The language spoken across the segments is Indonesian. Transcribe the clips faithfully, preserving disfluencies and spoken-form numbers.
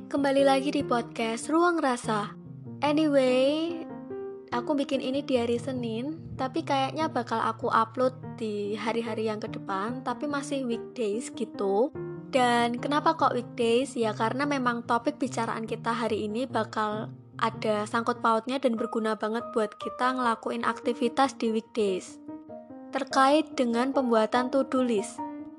Kembali lagi di podcast Ruang Rasa. Anyway, aku bikin ini di hari Senin, tapi kayaknya bakal aku upload di hari-hari yang ke depan, tapi masih weekdays gitu. Dan kenapa kok weekdays? Ya karena memang topik bicaraan kita hari ini bakal ada sangkut pautnya dan berguna banget buat kita ngelakuin aktivitas di weekdays. Terkait dengan pembuatan to-do list.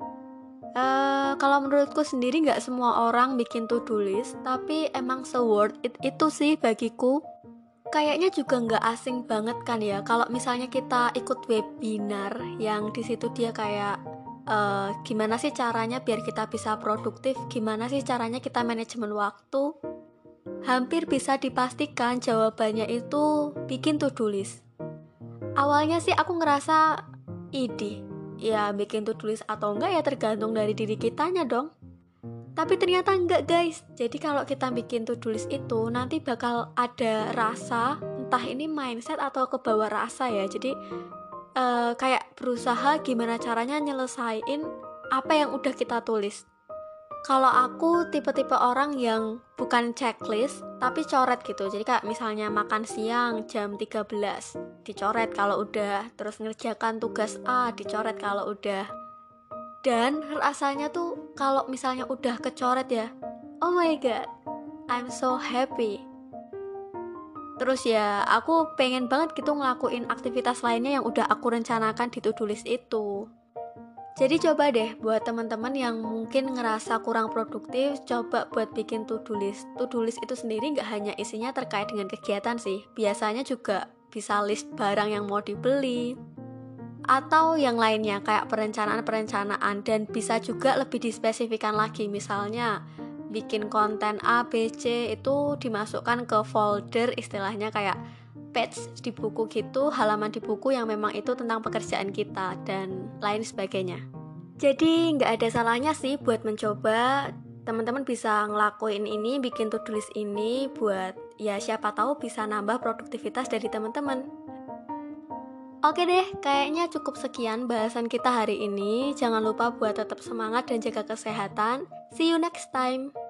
Uh, kalau menurutku sendiri nggak semua orang bikin to-do list, tapi emang se-worth it itu sih bagiku. Kayaknya juga nggak asing banget kan ya, kalau misalnya kita ikut webinar yang di situ dia kayak uh, gimana sih caranya biar kita bisa produktif, gimana sih caranya kita manajemen waktu. Hampir bisa dipastikan jawabannya itu bikin to-do list. Awalnya sih aku ngerasa ide. Ya bikin to-do list atau enggak ya tergantung dari diri kitanya dong. Tapi ternyata enggak guys. Jadi kalau kita bikin to-do list itu nanti bakal ada rasa, entah ini mindset atau kebawa rasa ya. Jadi uh, kayak berusaha gimana caranya nyelesain apa yang udah kita tulis. Kalau aku tipe-tipe orang yang bukan checklist tapi coret gitu. Jadi kayak misalnya makan siang jam tiga belas dicoret kalau udah, terus ngerjakan tugas A dicoret kalau udah. Dan rasanya tuh kalau misalnya udah kecoret ya, oh my god, I'm so happy. Terus ya aku pengen banget gitu ngelakuin aktivitas lainnya yang udah aku rencanakan di to-do list itu. Jadi coba deh buat teman-teman yang mungkin ngerasa kurang produktif, coba buat bikin to-do list. To-do list itu sendiri nggak hanya isinya terkait dengan kegiatan sih, biasanya juga bisa list barang yang mau dibeli, atau yang lainnya kayak perencanaan-perencanaan, dan bisa juga lebih dispesifikan lagi, misalnya bikin konten A, B, C itu dimasukkan ke folder istilahnya kayak page di buku gitu, halaman di buku yang memang itu tentang pekerjaan kita dan lain sebagainya. Jadi nggak ada salahnya sih buat mencoba. Teman-teman bisa ngelakuin ini, bikin to-do list ini buat ya siapa tahu bisa nambah produktivitas dari teman-teman. Oke deh, kayaknya cukup sekian bahasan kita hari ini. Jangan lupa buat tetap semangat dan jaga kesehatan. See you next time.